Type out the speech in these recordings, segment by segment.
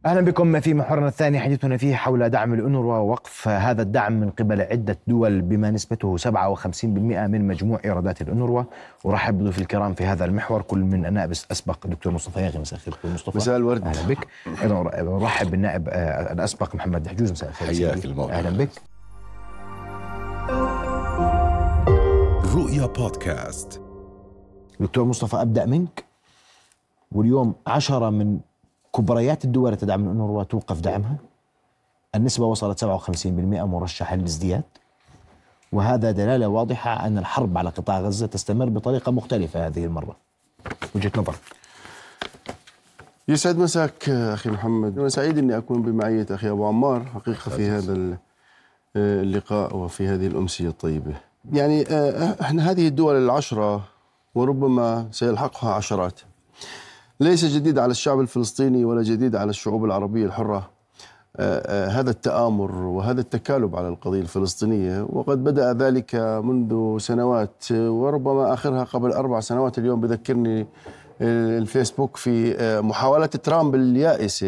أهلا بكم في محورنا الثاني، حديثنا فيه حول دعم الأونروا ووقف هذا الدعم من قبل عدة دول بما نسبته 57% من مجموع إيرادات الأونروا. أرحب بضيوف الكرام في هذا المحور، كل من النائب الأسبق دكتور مصطفى ياغي، مساء الخير دكتور مصطفى. مساء الورد. أهلا بك. أيضا أرحب بالنائب الأسبق محمد حجوز، مساء الخير. حياك الموضوع. أهلا بك. رؤيا بودكاست. دكتور مصطفى، أبدأ منك. واليوم 10 من كبريات الدول التي تدعم الأونروا توقف دعمها، النسبة وصلت 57% مرشحة للازدياد، وهذا دلالة واضحة أن الحرب على قطاع غزة تستمر بطريقة مختلفة هذه المرة. وجهة نظر. يسعد مساك أخي محمد، أنا سعيد أني أكون بمعية أخي أبو عمار حقيقة في هذا اللقاء وفي هذه الأمسية الطيبة. يعني احنا هذه الدول 10 وربما سيلحقها عشرات، ليس جديد على الشعب الفلسطيني ولا جديد على الشعوب العربية الحرة هذا التآمر وهذا التكالب على القضية الفلسطينية، وقد بدأ ذلك منذ سنوات وربما آخرها قبل 4 سنوات. اليوم بذكرني الفيسبوك في محاولة ترامب اليائسة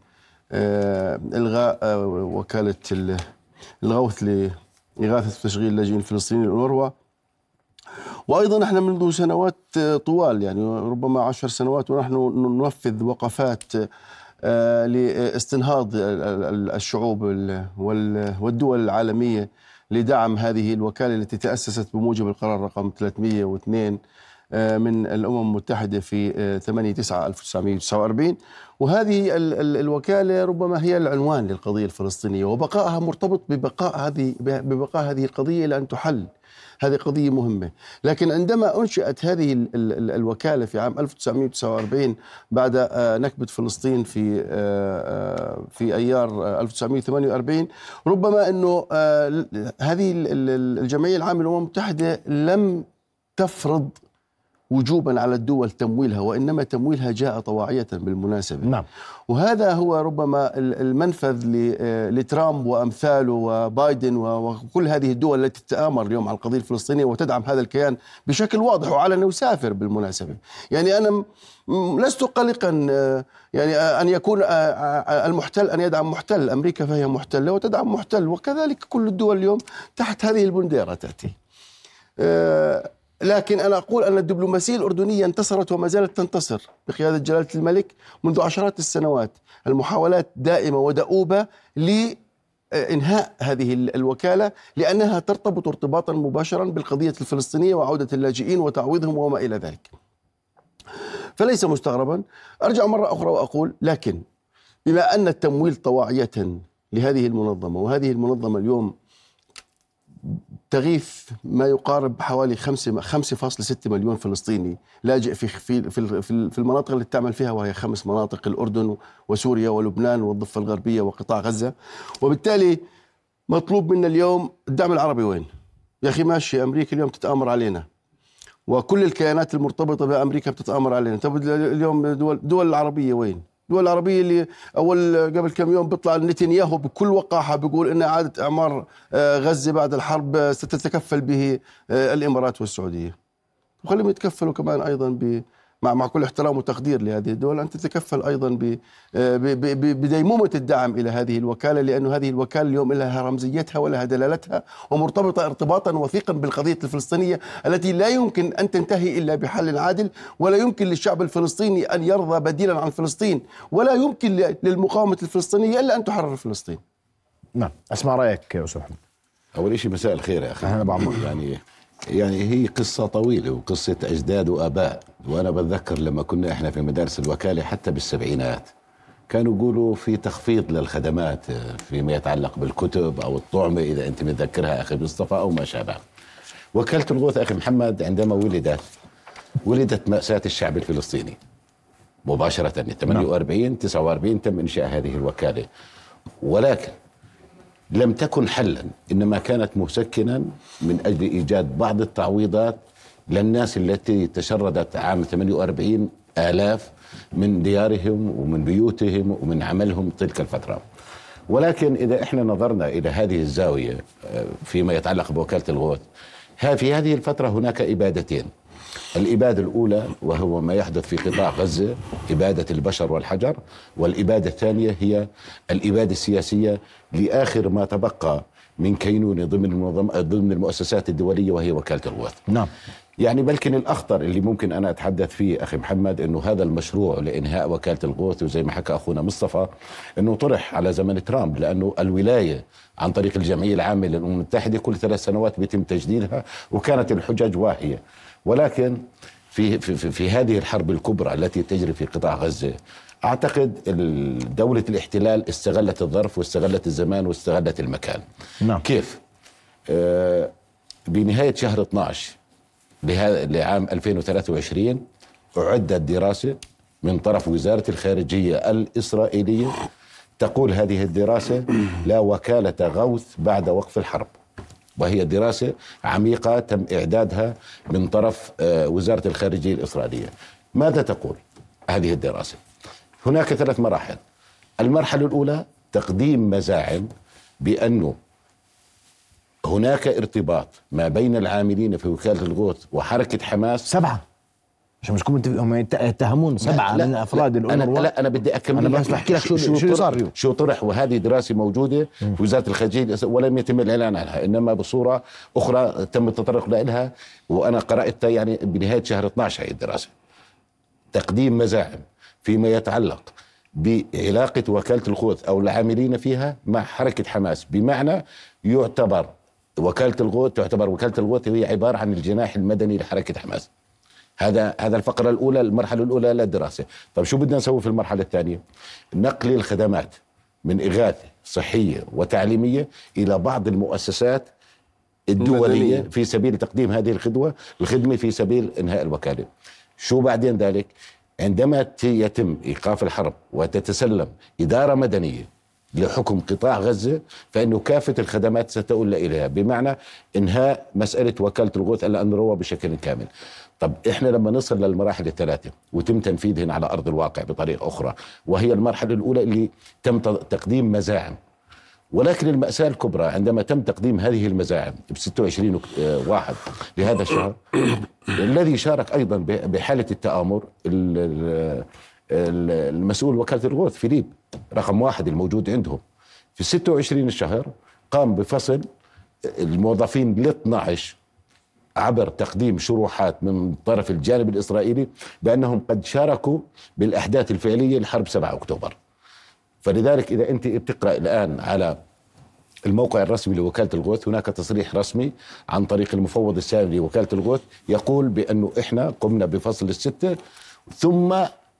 لإلغاء وكالة الغوث لإغاثة وتشغيل اللاجئين الفلسطينيين الأونروا. وأيضا نحن منذ سنوات طوال، يعني ربما 10 سنوات، ونحن ننفذ وقفات لاستنهاض الشعوب والدول العالمية لدعم هذه الوكالة التي تأسست بموجب القرار رقم 302 من الأمم المتحدة في 8/9/1949. وهذه الوكالة ربما هي العنوان للقضية الفلسطينية، وبقائها مرتبط ببقاء هذه القضية إلى أن تحل. هذه قضية مهمة. لكن عندما أنشئت هذه الوكالة في عام 1949 بعد نكبة فلسطين في أيار 1948، ربما أنه هذه الجمعية العامة للأمم المتحدة لم تفرض وجوبا على الدول تمويلها، وإنما تمويلها جاء طواعية بالمناسبة. نعم. وهذا هو ربما المنفذ لترامب وأمثاله وبايدن وكل هذه الدول التي تتآمر اليوم على القضية الفلسطينية وتدعم هذا الكيان بشكل واضح وعلني وسافر بالمناسبة. يعني أنا لست قلقا يعني أن يكون المحتل أن يدعم محتل. أمريكا فهي محتلة وتدعم محتل، وكذلك كل الدول اليوم تحت هذه البنديرة تأتي. لكن أنا أقول أن الدبلوماسية الأردنية انتصرت وما زالت تنتصر بقيادة جلالة الملك منذ عشرات السنوات. المحاولات دائمة ودؤوبة لإنهاء هذه الوكالة، لأنها ترتبط ارتباطا مباشرا بالقضية الفلسطينية وعودة اللاجئين وتعويضهم وما إلى ذلك. فليس مستغربا. أرجع مرة أخرى وأقول، لكن بما أن التمويل طواعية لهذه المنظمة، وهذه المنظمة اليوم تغيث ما يقارب حوالي 5.6 مليون فلسطيني لاجئ في المناطق التي تعمل فيها، وهي 5 مناطق: الأردن وسوريا ولبنان والضفة الغربية وقطاع غزة. وبالتالي مطلوب منا اليوم الدعم العربي. وين يا أخي؟ ماشي، أمريكا اليوم تتآمر علينا وكل الكيانات المرتبطة بأمريكا بتتآمر علينا. طب اليوم الدول العربية وين؟ الدول العربية اللي قبل كم يوم بيطلع نتنياهو بكل وقاحة بيقول إن إعادة إعمار غزة بعد الحرب ستتكفل به الإمارات والسعودية، وخليهم يتكفلوا كمان أيضا مع كل احترام وتقدير لهذه الدول أن تتكفل أيضا بديمومة الدعم إلى هذه الوكالة، لأن هذه الوكالة اليوم لها رمزيتها ولها دلالتها ومرتبطة ارتباطا وثيقا بالقضية الفلسطينية التي لا يمكن أن تنتهي إلا بحل عادل، ولا يمكن للشعب الفلسطيني أن يرضى بديلا عن فلسطين، ولا يمكن للمقاومة الفلسطينية إلا أن تحرر فلسطين. نعم، أسمع رأيك يا أستاذ محمد. أول شيء مساء الخير يا أخي. أهلا بعمر. يعني هي قصة طويلة وقصة أجداد وآباء، وأنا بتذكر لما كنا إحنا في مدارس الوكالة حتى بالسبعينات كانوا يقولوا في تخفيض للخدمات فيما يتعلق بالكتب أو الطعمة، إذا أنت متذكرها أخي مصطفى أو ما شابه. وكالة الغوث أخي محمد عندما ولدت مأساة الشعب الفلسطيني مباشرة. 48 49 تم إنشاء هذه الوكالة، ولكن لم تكن حلا، إنما كانت مسكنا من أجل إيجاد بعض التعويضات للناس التي تشردت عام 48 آلاف من ديارهم ومن بيوتهم ومن عملهم تلك الفترة. ولكن إذا إحنا نظرنا إلى هذه الزاوية فيما يتعلق بوكالة الغوث، في هذه الفترة هناك إبادتين. الإبادة الأولى وهو ما يحدث في قطاع غزة، إبادة البشر والحجر، والإبادة الثانية هي الإبادة السياسية لآخر ما تبقى من كينونة ضمن المؤسسات الدولية وهي وكالة الغوث. نعم. يعني بلكن الأخطر اللي ممكن أنا أتحدث فيه أخي محمد أنه هذا المشروع لإنهاء وكالة الغوث، وزي ما حكى أخونا مصطفى أنه طرح على زمن ترامب، لأنه الولاية عن طريق الجمعية العامة للأمم المتحدة كل 3 سنوات بيتم تجديدها، وكانت الحجج واهية. ولكن في هذه الحرب الكبرى التي تجري في قطاع غزة، أعتقد دولة الاحتلال استغلت الظرف واستغلت الزمان واستغلت المكان. نعم. كيف؟ بنهاية شهر 12 لعام 2023 أعدت دراسة من طرف وزارة الخارجية الإسرائيلية تقول هذه الدراسة لا وكالة غوث بعد وقف الحرب، وهي دراسة عميقة تم إعدادها من طرف وزارة الخارجية الإسرائيلية. ماذا تقول هذه الدراسة؟ هناك 3 مراحل. المرحلة الأولى تقديم مزاعم بأنه هناك ارتباط ما بين العاملين في وكالة الغوث وحركة حماس. 7 عشان مش هم يتهمون 7 من أفراد الأونروا. لا أنا بدي أكمل. أنا بس بحكي لك شو صار، شو طرح، وهذه دراسة موجودة في وزارة الخارجية ولم يتم الإعلان عنها، إنما بصورة أخرى تم التطرق لها، وأنا قرأتها يعني بنهاية شهر 12 هذه الدراسة. تقديم مزاعم فيما يتعلق بعلاقة وكالة الغوث أو العاملين فيها مع حركة حماس، بمعنى تعتبر وكالة الغوث هي عبارة عن الجناح المدني لحركة حماس. هذا الفقرة الأولى، المرحلة الأولى للدراسة. طب شو بدنا نسوي في المرحلة الثانية؟ نقل الخدمات من إغاثة صحية وتعليمية إلى بعض المؤسسات الدولية في سبيل تقديم هذه الخدمة في سبيل إنهاء الوكالة. شو بعدين ذلك؟ عندما يتم إيقاف الحرب وتتسلم إدارة مدنية لحكم قطاع غزة، فإنه كافة الخدمات ستؤول إليها، بمعنى إنهاء مسألة وكالة الغوث الأونروا بشكل كامل. طب إحنا لما نصل للمراحل ال3 وتم تنفيذهن على أرض الواقع بطريقة أخرى، وهي المرحلة الأولى اللي تم تقديم مزاعم، ولكن المأساة الكبرى عندما تم تقديم هذه المزاعم ب26/1 لهذا الشهر، الذي شارك أيضا بحالة التآمر المسؤول وكالة الغوث فيليب رقم 1 الموجود عندهم، في 26 الشهر قام بفصل الموظفين 12 عبر تقديم شروحات من طرف الجانب الإسرائيلي بأنهم قد شاركوا بالأحداث الفعلية لحرب 7 أكتوبر. فلذلك إذا أنت بتقرأ الآن على الموقع الرسمي لوكالة الغوث، هناك تصريح رسمي عن طريق المفوض السامي لوكالة الغوث يقول بأنه إحنا قمنا بفصل ال6 ثم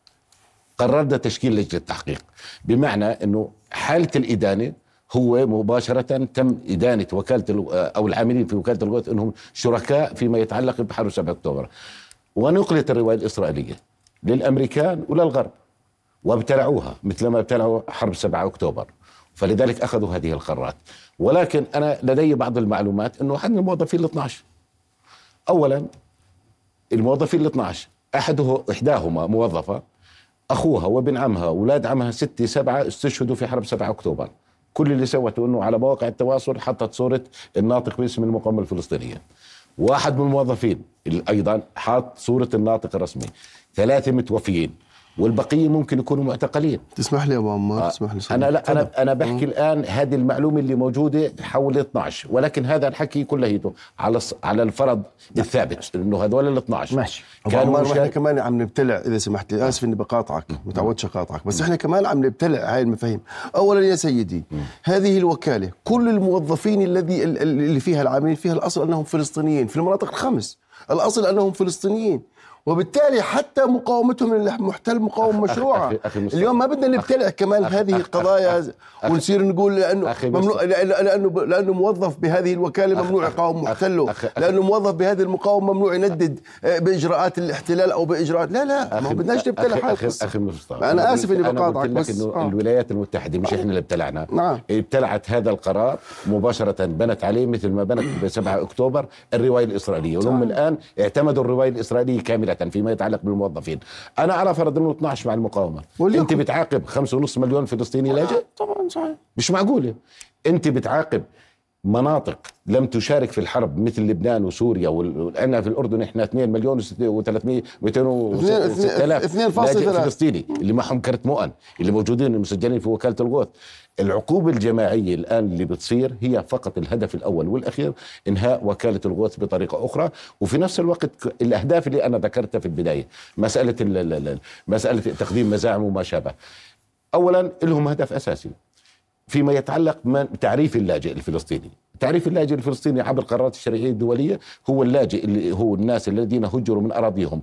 قررنا تشكيل لجنة تحقيق، بمعنى أنه حالة الإدانة هو مباشرة تم إدانة وكالة أو العاملين في وكالة الغوث أنهم شركاء فيما يتعلق بحرب 7 أكتوبر، ونقلت الرواية الإسرائيلية للأمريكان وللغرب وابتلعوها مثل ما ابتلعوا حرب 7 أكتوبر، فلذلك أخذوا هذه القرارات. ولكن أنا لدي بعض المعلومات أنه أحد الموظفين 12، أولا الموظفين 12 إحداهما موظفة أخوها وابن عمها وولاد عمها 6 7 استشهدوا في حرب 7 أكتوبر. كل اللي سوته أنه على مواقع التواصل حطت صورة الناطق باسم المقاومة الفلسطينية. واحد من الموظفين أيضا حاط صورة الناطق الرسمي. 3 متوفيين والبقية ممكن يكونوا معتقلين. تسمح لي أبو عمار، تسمح لي أنا بحكي الآن هذه المعلومة اللي موجودة حول 12، ولكن هذا الحكي كله على الفرض الثابت إنه هذول ال 12 ماشي. كانوا إحنا كمان عم نبتلع، إذا سمحت لي، آسف إني بقاطعك، متعودش أقاطعك، بس إحنا كمان عم نبتلع هاي المفاهيم. أولا يا سيدي، هذه الوكالة كل الموظفين اللي فيها العاملين فيها الأصل أنهم فلسطينيين في المناطق ال5، الأصل أنهم فلسطينيين، وبالتالي حتى مقاومتهم للمحتل مقاومة مشروعة. اليوم ما بدنا نبتلع كمان هذه القضايا ونصير نقول لأنه ممنوع، لأنه موظف بهذه الوكالة ممنوع يقاوم محتله، لأنه موظف بهذه المقاومة ممنوع يندد بإجراءات الاحتلال أو بإجراءات. لا ما بدناش نبتلع حاجة. أخي مصطفى، أنا آسف إني بقاطعك، بس إنه الولايات المتحدة مش إحنا اللي ابتلعنا. نعم. ابتلعت هذا القرار مباشرة، بنت عليه مثل ما بنت ب7 أكتوبر الرواية الإسرائيلية، وهم الآن اعتمدوا الرواية الإسرائيلية كاملة فيما يتعلق بالموظفين. أنا على فرض أنه 12 مع المقاومة، أنت بتعاقب 5.5 مليون فلسطيني لاجئ؟ طبعا صحيح، مش معقولة. أنت بتعاقب مناطق لم تشارك في الحرب مثل لبنان وسوريا والآن في الأردن إحنا 2 مليون و300 206,000 لاجئ فلسطيني اللي معهم كرت مؤن اللي موجودين المسجلين في وكالة الغوث. العقوبة الجماعية الآن اللي بتصير هي فقط الهدف الأول والأخير إنهاء وكالة الغوث بطريقة أخرى. وفي نفس الوقت الأهداف اللي أنا ذكرتها في البداية مسألة تقديم مزاعم وما شابه، أولا لهم هدف أساسي فيما يتعلق من تعريف اللاجئ الفلسطيني. تعريف اللاجئ الفلسطيني عبر القرارات الشرعية الدولية هو اللاجئ اللي هو الناس الذين هجروا من أراضيهم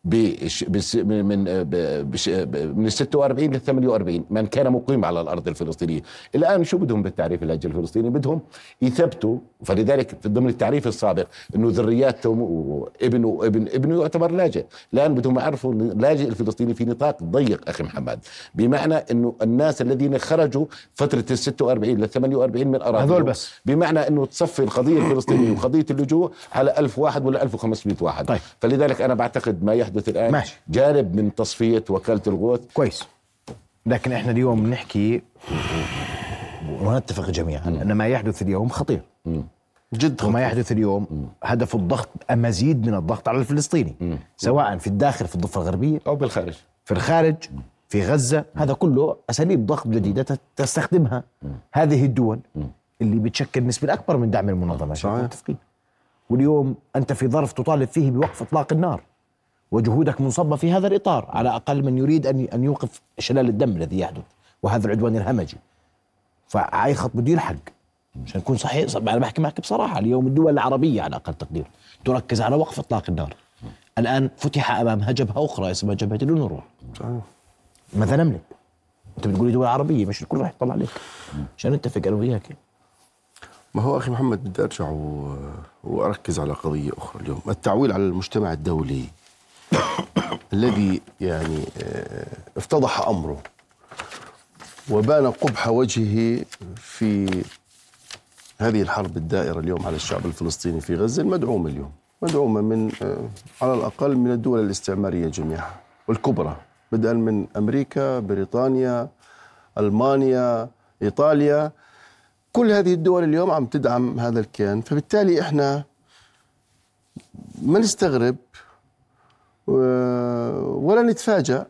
من 46 ل 48 من كان مقيم على الأرض الفلسطينية. الآن شو بدهم بالتعريف اللاجئ الفلسطيني؟ بدهم يثبتوا، فلذلك في ضمن التعريف السابق إنه ذرياتهم وابن وابن ابنه يعتبر لاجئ. الآن بدهم يعرفوا اللاجئ الفلسطيني في نطاق ضيق أخي محمد، بمعنى إنه الناس الذين خرجوا فترة ال 46 ل 48 من أراضيهم بس، بمعنى إنه تصفي القضية الفلسطينية وقضية اللجوء على 1000 واحد ولا 1500 واحد. طيب. فلذلك أنا بعتقد ما يحدث الآن ماشي. جانب من تصفية وكالة الغوث كويس، لكن احنا اليوم نحكي ونتفق جميعا أن ما يحدث اليوم خطير جدا، وما يحدث اليوم هدف الضغط مزيد من الضغط على الفلسطيني سواء في الداخل في الضفة الغربية أو بالخارج في الخارج في غزة. هذا كله أساليب ضغط جديدة تستخدمها هذه الدول اللي بتشكل نسبة الأكبر من دعم المنظمة. متفقين. واليوم أنت في ظرف تطالب فيه بوقف إطلاق النار، وجهودك منصبة في هذا الإطار على أقل من يريد أن يوقف شلال الدم الذي يحدث وهذا العدوان الهمجي. فأي خط بده يلحق عشان نكون صحيح. أنا بحكي معك بصراحة، اليوم الدول العربية على أقل تقدير تركز على وقف إطلاق النار. الآن فتح أمامها جبهة أخرى اسمها جبهة الأونروا. ماذا نملك؟ أنت بتقولي دول عربية، مش الكل راح يطلع عليك عشان نتفق أنا وياك. ما هو أخي محمد بدي أرجع وأركز على قضية أخرى اليوم، التعويل على المجتمع الدولي الذي يعني افتضح أمره وبان قبح وجهه في هذه الحرب الدائرة اليوم على الشعب الفلسطيني في غزة، المدعومة اليوم مدعومة من على الأقل من الدول الاستعمارية جميعها والكبرى، بدءا من أمريكا، بريطانيا، ألمانيا، إيطاليا. كل هذه الدول اليوم عم تدعم هذا الكيان. فبالتالي احنا ما نستغرب ولا نتفاجأ،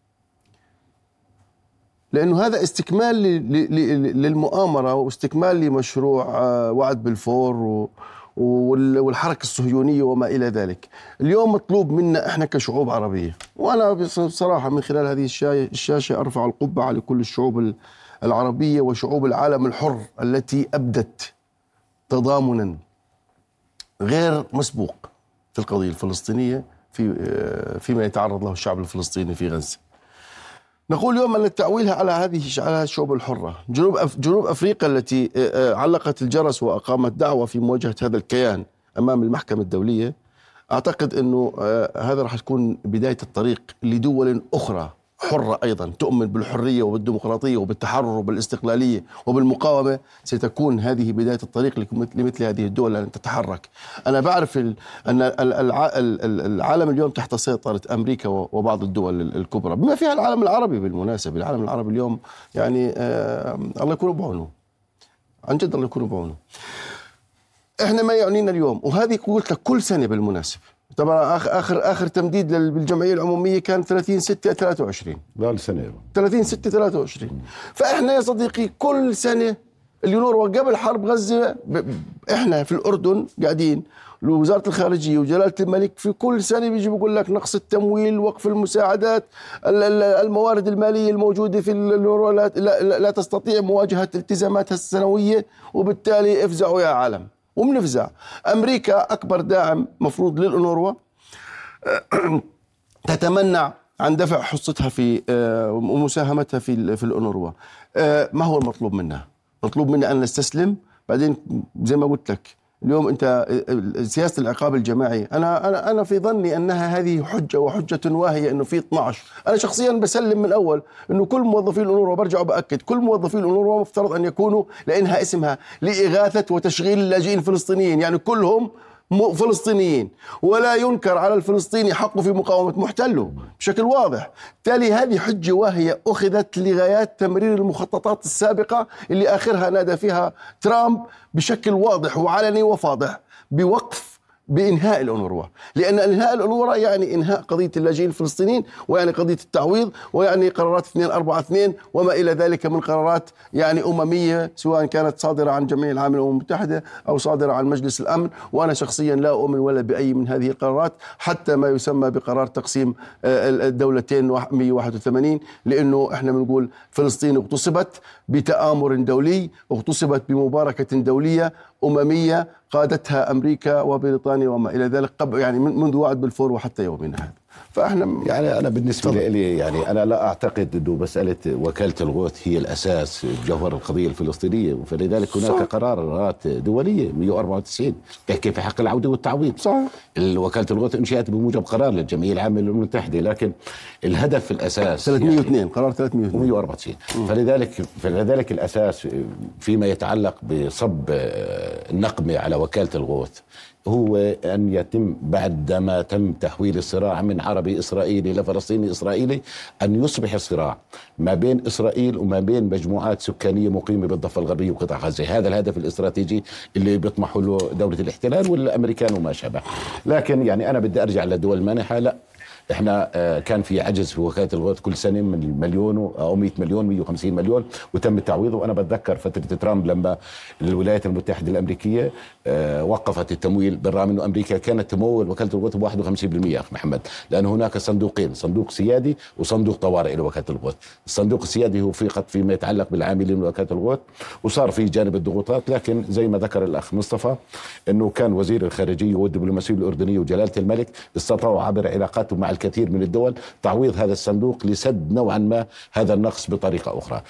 لأنه هذا استكمال للمؤامرة واستكمال لمشروع وعد بلفور والحركة الصهيونية وما إلى ذلك. اليوم مطلوب منا إحنا كشعوب عربية، وأنا بصراحة من خلال هذه الشاشة أرفع القبعة لكل الشعوب العربية وشعوب العالم الحر التي أبدت تضامنا غير مسبوق في القضية الفلسطينية فيما يتعرض له الشعب الفلسطيني في غزة. نقول اليوم أن التعويل على هذه الشعوب الحرة، جنوب أفريقيا التي علقت الجرس وأقامت دعوة في مواجهة هذا الكيان أمام المحكمة الدولية، أعتقد أنه هذا راح تكون بداية الطريق لدول أخرى حرة أيضا تؤمن بالحرية وبالديمقراطية وبالتحرر وبالاستقلالية وبالمقاومة. ستكون هذه بداية الطريق لمثل هذه الدول أن تتحرك. أنا بعرف أن العالم اليوم تحت سيطرة أمريكا وبعض الدول الكبرى بما فيها العالم العربي. بالمناسبة العالم العربي اليوم يعني الله يكون بعونه، عن جد الله يكون بعونه. إحنا ما يعنينا اليوم، وهذه قلت لك كل سنة بالمناسبة. طبعا آخر تمديد بالجمعية العمومية كان 30/6/23 سنة 30/6/23. فإحنا يا صديقي كل سنة اليونروا قبل حرب غزة إحنا في الأردن قاعدين وزارة الخارجية وجلالة الملك في كل سنة بيجي بيقول لك نقص التمويل، وقف المساعدات، الموارد المالية الموجودة في اليونروا لا تستطيع مواجهة التزاماتها السنوية، وبالتالي افزعوا يا عالم. ومنفزع. أمريكا أكبر داعم مفروض للأونروا تتمنع عن دفع حصتها في ومساهمتها في الأونروا. ما هو المطلوب منها؟ مطلوب منا أن نستسلم. بعدين زي ما قلت لك اليوم أنت سياسة العقاب الجماعي، أنا في ظني أنها هذه حجة وحجة واهية، إنه في 12. أنا شخصيا بسلم من أول إنه كل موظفين الأونروا، برجع وبأكد كل موظفين الأونروا مفترض أن يكونوا لأنها اسمها لإغاثة وتشغيل اللاجئين الفلسطينيين، يعني كلهم فلسطينيين، ولا ينكر على الفلسطيني حقه في مقاومة محتله بشكل واضح. بالتالي هذه حجة واهية أخذت لغايات تمرير المخططات السابقة اللي آخرها نادى فيها ترامب بشكل واضح وعلني وفاضح بإنهاء الأونروا، لأن إنهاء الأونروا يعني إنهاء قضية اللاجئين الفلسطينيين، ويعني قضية التعويض، ويعني قرارات 242 وما إلى ذلك من قرارات يعني أممية، سواء كانت صادرة عن جمعية العامة للأمم المتحدة أو صادرة عن مجلس الأمن. وأنا شخصيا لا أؤمن ولا بأي من هذه القرارات، حتى ما يسمى بقرار تقسيم الدولتين 181، لأنه إحنا بنقول فلسطين اغتصبت بتآمر دولي، اغتصبت بمباركة دولية أممية قادتها أمريكا وبريطانيا وما إلى ذلك يعني منذ وعد بلفور وحتى يومنا هذا. فإحنا يعني أنا بالنسبة لي يعني أنا لا أعتقد أنه مسألة وكالة الغوث هي الأساس جوهر القضية الفلسطينية، فلذلك هناك قرارات دولية 194 تحكي في حق العودة والتعويض. صح. وكالة الغوث انشئت بموجب قرار للجمعية العامة للأمم المتحدة، لكن الهدف الأساس 302 يعني قرار 394. فلذلك الأساس فيما يتعلق بصب النقمة على وكالة الغوث هو أن يتم بعدما تم تحويل الصراع من عربي إسرائيلي لفلسطيني إسرائيلي، أن يصبح الصراع ما بين إسرائيل وما بين مجموعات سكانية مقيمة بالضفة الغربية وقطاع غزة. هذا الهدف الاستراتيجي اللي بيطمحوا له دولة الاحتلال والأمريكان وما شابه. لكن يعني أنا بدي أرجع للدول المانحة، لا احنا كان في عجز في وكالة الغوث كل سنة من مليون أو 100 مليون 150 مليون وتم التعويض. وأنا بتذكر فترة ترامب لما الولايات المتحدة الأمريكية وقفت التمويل، بالرغم أنه أمريكا كانت تمول وكالة الغوث ب 51% أخ محمد، لأن هناك صندوقين، صندوق سيادي وصندوق طوارئ لوكالة الغوث. الصندوق السيادي هو فقط فيما يتعلق بالعاملين من وكالة الغوث، وصار في جانب الضغوطات، لكن زي ما ذكر الأخ مصطفى أنه كان وزير الخارجية والدبلوماسية الأردنية وجلالة الملك استطاعوا عبر علاقاتهم مع الكثير من الدول تعويض هذا الصندوق لسد نوعا ما هذا النقص بطريقة أخرى.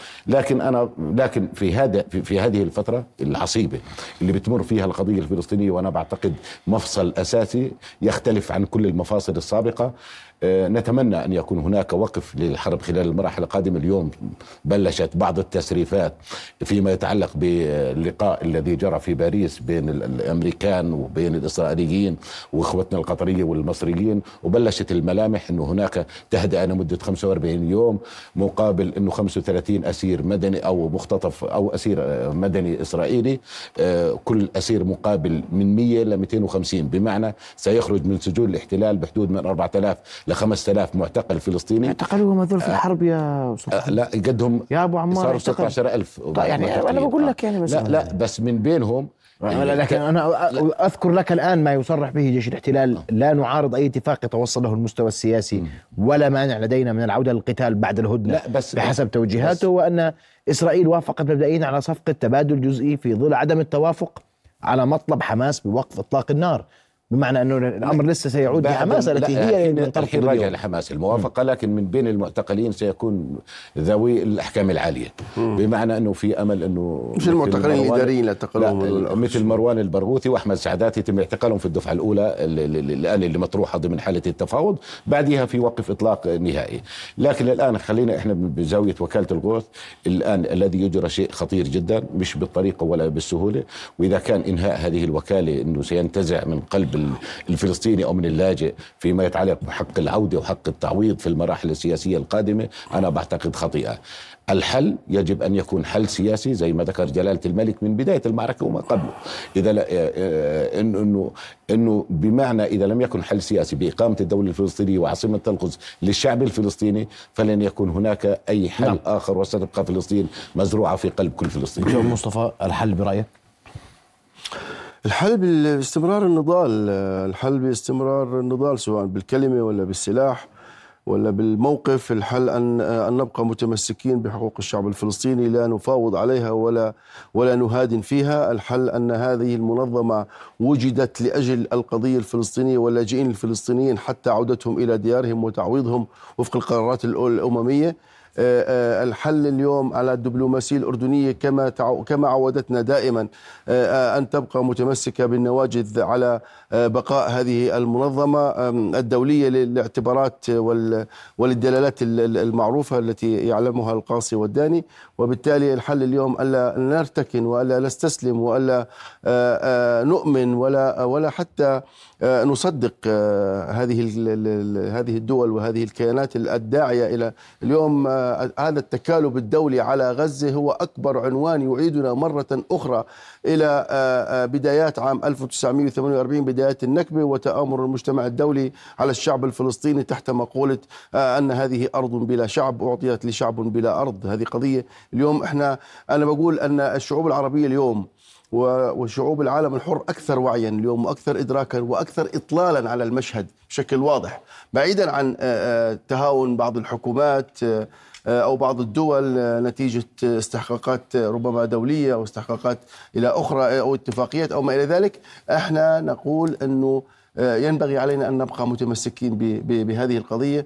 لكن في هذه الفترة العصيبة اللي بتمر فيها القضية الفلسطينية، وأنا بعتقد مفصل أساسي يختلف عن كل المفاصل السابقة، نتمنى أن يكون هناك وقف للحرب خلال المراحل القادمة. اليوم بلشت بعض التسريفات فيما يتعلق باللقاء الذي جرى في باريس بين الأمريكان وبين الإسرائيليين وإخوتنا القطرية والمصريين، وبلشت الملامح أنه هناك تهدئة لمدة 45 يوم مقابل أنه 35 أسير مدني أو مختطف أو أسير مدني إسرائيلي، كل أسير مقابل من 100 ل 250، بمعنى سيخرج من سجون الاحتلال بحدود من 4000 ل 5000 معتقل فلسطيني. اعتقلوهم هذول في الحرب يا لا قدهم يا ابو عمار صاروا 16000. يعني انا بقول لك يعني بس لا بس من بينهم لكن أنا أذكر لك الآن ما يصرح به جيش الاحتلال: لا نعارض أي اتفاق يتوصل له المستوى السياسي ولا مانع لدينا من العودة للقتال بعد الهدنة بحسب توجيهاته، وأن إسرائيل وافقت مبدئيا على صفقة تبادل جزئي في ظل عدم التوافق على مطلب حماس بوقف إطلاق النار، بمعنى أنه الأمر لسه سيعود لحماس التي هي الحين راجع لحماس الموافقة، لكن من بين المعتقلين سيكون ذوي الأحكام العالية، بمعنى أنه في أمل أنه مش المعتقلين الإداريين لا تقلهم مثل مروان البرغوثي وأحمد سعدات يتم اعتقالهم في الدفعة الأولى الآن اللي مطروحة ضمن حالة التفاوض، بعدها في وقف إطلاق نهائي. لكن الآن خلينا إحنا بزاوية وكالة الغوث الآن الذي يجرى شيء خطير جدا، مش بالطريقة ولا بالسهولة، وإذا كان إنهاء هذه الوكالة إنه سينتزع من قلب الفلسطيني أو من اللاجئ فيما يتعلق بحق العودة وحق التعويض في المراحل السياسية القادمة، أنا بعتقد خطيئة. الحل يجب أن يكون حل سياسي زي ما ذكر جلالة الملك من بداية المعركة وما قبله. إذا إنه بمعنى إذا لم يكن حل سياسي بإقامة الدولة الفلسطينية وعاصمة القدس للشعب الفلسطيني، فلن يكون هناك أي حل آخر، وستبقى فلسطين مزروعة في قلب كل فلسطيني. مصطفى، الحل برأيك؟ الحل باستمرار النضال، الحل باستمرار النضال سواء بالكلمة ولا بالسلاح ولا بالموقف. الحل أن نبقى متمسكين بحقوق الشعب الفلسطيني، لا نفاوض عليها ولا نهادن فيها. الحل أن هذه المنظمة وجدت لأجل القضية الفلسطينية واللاجئين الفلسطينيين حتى عودتهم إلى ديارهم وتعويضهم وفق القرارات الأممية. الحل اليوم على الدبلوماسية الأردنية كما عودتنا دائما أن تبقى متمسكة بالنواجذ على بقاء هذه المنظمة الدولية للاعتبارات وللدلالات المعروفة التي يعلمها القاصي والداني. وبالتالي الحل اليوم ألا نرتكن وألا نستسلم وألا نؤمن ولا حتى نصدق هذه الدول وهذه الكيانات الداعية إلى اليوم. هذا التكالب الدولي على غزة هو أكبر عنوان يعيدنا مرة أخرى إلى بدايات عام 1948، بدايات النكبة وتآمر المجتمع الدولي على الشعب الفلسطيني تحت مقولة أن هذه أرض بلا شعب أعطيت لشعب بلا أرض. هذه قضية اليوم أنا بقول أن الشعوب العربية اليوم وشعوب العالم الحر أكثر وعيا اليوم وأكثر إدراكا وأكثر إطلالا على المشهد بشكل واضح، بعيدا عن تهاون بعض الحكومات أو بعض الدول نتيجة استحقاقات ربما دولية أو استحقاقات إلى أخرى أو اتفاقيات أو ما إلى ذلك. احنا نقول أنه ينبغي علينا أن نبقى متمسكين بهذه القضية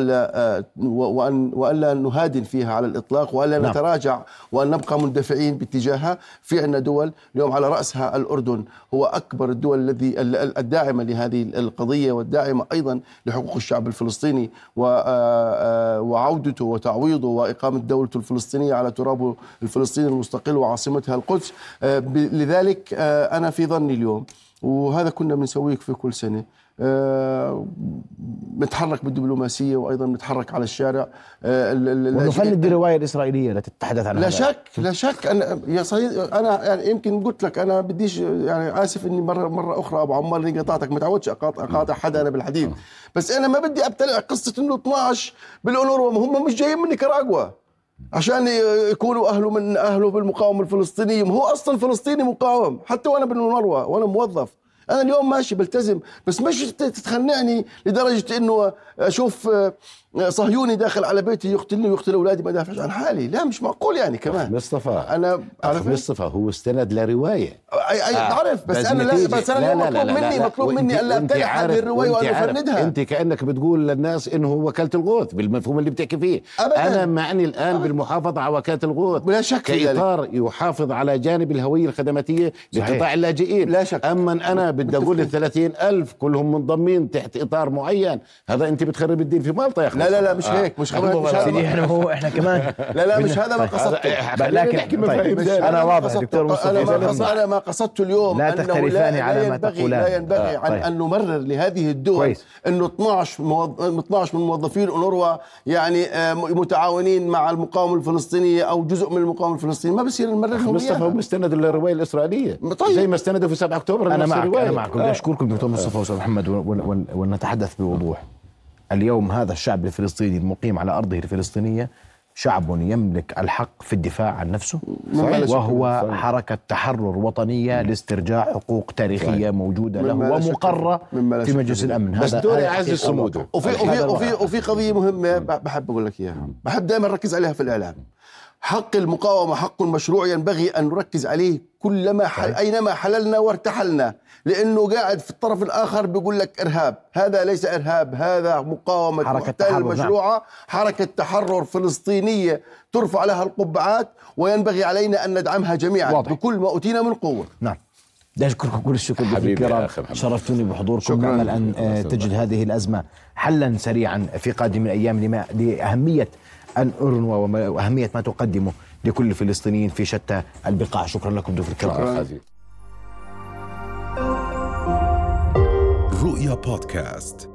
وألا نهادن فيها على الإطلاق وألا نتراجع وأن نبقى مندفعين باتجاهها. في عندنا دول اليوم على رأسها الأردن هو أكبر الدول الداعمة لهذه القضية والداعمة أيضا لحقوق الشعب الفلسطيني وعودته وتعويضه وإقامة دولته الفلسطينية على ترابه الفلسطيني المستقل وعاصمتها القدس. لذلك أنا في ظني اليوم، وهذا كنا بنسويه في كل سنة، نتحرك بالدبلوماسية وأيضا نتحرك على الشارع ونفند الرواية الإسرائيلية التي تتحدث عنها. لا شك يا صديقي، أنا يعني يمكن قلت لك أنا بديش يعني آسف إني مرة أخرى أبو عمار إني قطعتك، متعودش أقاطع حدا أنا بالحديث، بس أنا ما بدي أبتلع قصة إنه 12 بالأونروا، هم مش جايين من نيكاراغوا عشان يكونوا أهله بالمقاومة الفلسطينية. هو أصلا فلسطيني مقاوم، حتى وأنا بالمنروة وأنا موظف، أنا اليوم ماشي بلتزم، بس مش تتخنعني لدرجة إنه أشوف صهيوني داخل على بيتي يقتلني ويقتل أولادي ما دافعش عن حالي. لا مش معقول يعني كمان. مصطفى هو استند لرواية أعرف، بس أنا مطلوب مني ألا أبتلع هذه الرواية وأن أفندها. أنت كأنك بتقول للناس إنه هو وكالة الغوث بالمفهوم اللي بتحكي فيه. أبداً. أنا معني الآن بالمحافظة على وكالة الغوث بلا شك كإطار يحافظ على جانب الهوية الخدماتية لقطاع اللاجئين. لا شك. أما أنا بدي أقول 30,000 كلهم منضمين تحت إطار معين، هذا أنت بتخرب الدين في مالطا يا أخي. لا مش هيك، مش هذا احنا كمان لا مش هذا ما قصدته. لكن انا واضح دكتور مصطفى، انا ما قصدته اليوم لا تختلفان على ما تقولان. لا ينبغي أن نمرر لهذه الدول انه 12 من موظفين أونروا يعني متعاونين مع المقاومة الفلسطينية او جزء من المقاومة الفلسطينية، ما بصير نمررهم. مصطفى مستند للرواية الإسرائيلية زي ما استندوا في 7 أكتوبر. انا معكم اشكركم دكتور مصطفى واستاذ محمد، ونتحدث بوضوح. اليوم هذا الشعب الفلسطيني المقيم على أرضه الفلسطينية شعب يملك الحق في الدفاع عن نفسه، وهو حركة تحرر وطنية لاسترجاع حقوق تاريخية موجودة له ومقرة في مجلس الأمن. بس دوري عز الصمود. وفي قضية مهمة بحب أقول لك إياها، بحب دائما نركز عليها في الإعلام. حق المقاومة حق مشروع ينبغي أن نركز عليه كلما أينما حللنا وارتحلنا، لأنه قاعد في الطرف الآخر بيقول لك إرهاب. هذا ليس إرهاب، هذا مقاومة محتل مشروعة، حركة تحرر فلسطينية ترفع لها القبعات، وينبغي علينا أن ندعمها جميعا بكل ما أوتينا من قوة. نعم، أشكركم كل الشكر الكرام، شرفتوني بحضوركم. نأمل أن تجد هذه الأزمة حلا سريعا في قادم الأيام لأهمية الأونروا وأهمية ما تقدمه لكل الفلسطينيين في شتى البقاع. شكرا لكم ضيوف الكرام. رؤيا بودكاست.